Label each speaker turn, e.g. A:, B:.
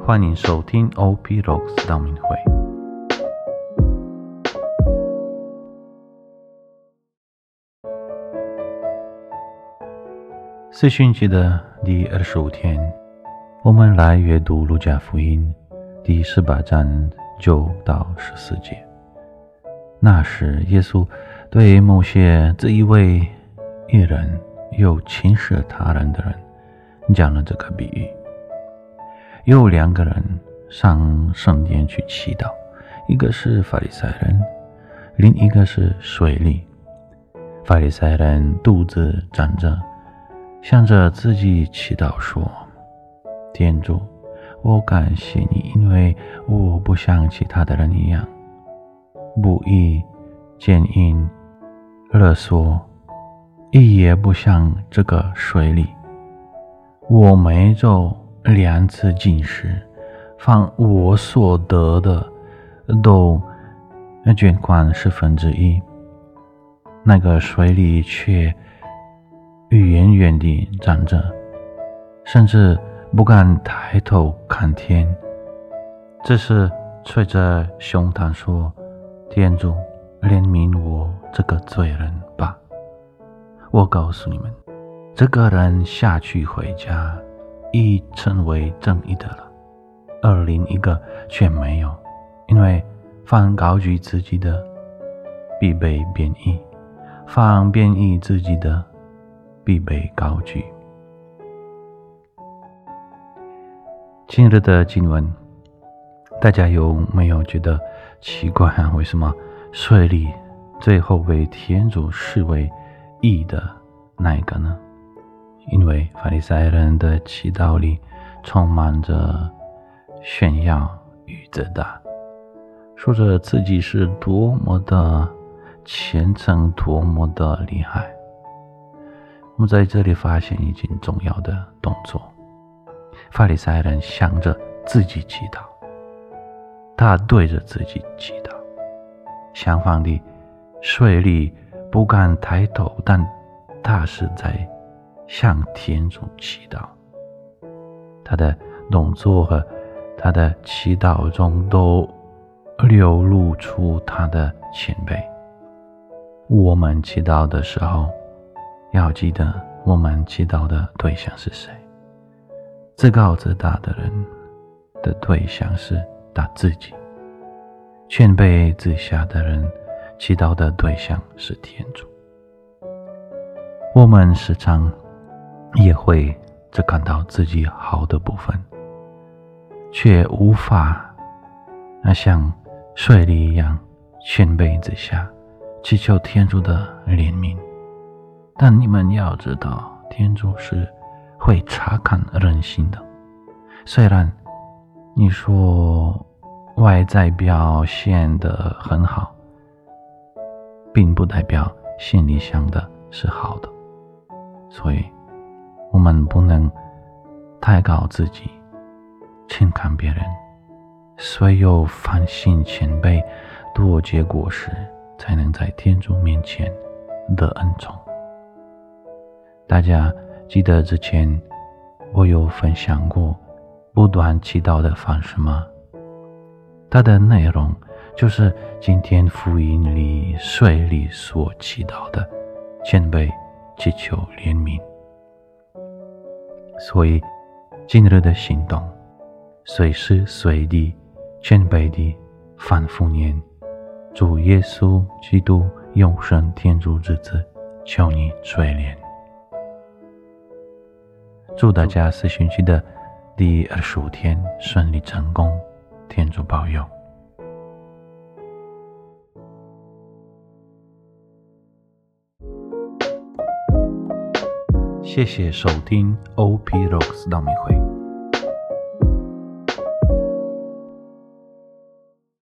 A: 欢迎收听 OP Rocks 道明会。四旬期的第25天，我们来阅读路加福音第18章9到14节。那时，耶稣对某些自以为义人又轻视他人的人讲了这个比喻。有2个人上圣殿去祈祷，一个是法利赛人，另一个是税吏。法利赛人独自站着，向着自己祈祷说：天主，我感谢你，因为我不像其他的人一样，不义、奸淫、勒索，也不像这个税吏。我每周2次禁食，凡我所得的都捐款1/10。那个税吏却远远地站着，甚至不敢抬头看天，只是捶着胸膛说：天主，怜悯我这个罪人吧。我告诉你们，这个人下去回家已成为正义的了，而另一个却没有，因为凡高举自己的必被贬义，凡贬义自己的必被高举。今日的经文，大家有没有觉得奇怪啊？为什么税吏最后被天主视为义的那一个呢？因为法利赛人的祈祷里充满着炫耀与自大，说着自己是多么的虔诚，多么的厉害。我们在这里发现一件重要的动作，法利赛人向着自己祈祷，他对着自己祈祷。相反的，税吏不敢抬头，但他是在向天主祈祷。他的动作和他的祈祷中都流露出他的谦卑。我们祈祷的时候，要记得我们祈祷的对象是谁。自高自大的人的对象是他自己，谦卑自下的人祈祷的对象是天主。我们时常也会只看到自己好的部分，却无法像税吏一样谦卑自下，祈求天主的怜悯。但你们要知道，天主是会查看人心的。虽然你说外在表现得很好，并不代表心里想的是好的。所以我们不能太高自己，轻看别人，虽有反省谦卑，多结果实，才能在天主面前得恩宠。大家记得之前我有分享过不断祈祷的方式吗？它的内容就是今天福音里税吏所祈祷的谦卑祈求怜悯。所以今日的行动，随时随地谦卑地反复念：主耶稣基督永生天主之子，求你垂怜。祝大家四旬期的第25天顺利成功，天主保佑。谢谢收听 OP Rocks 道明会。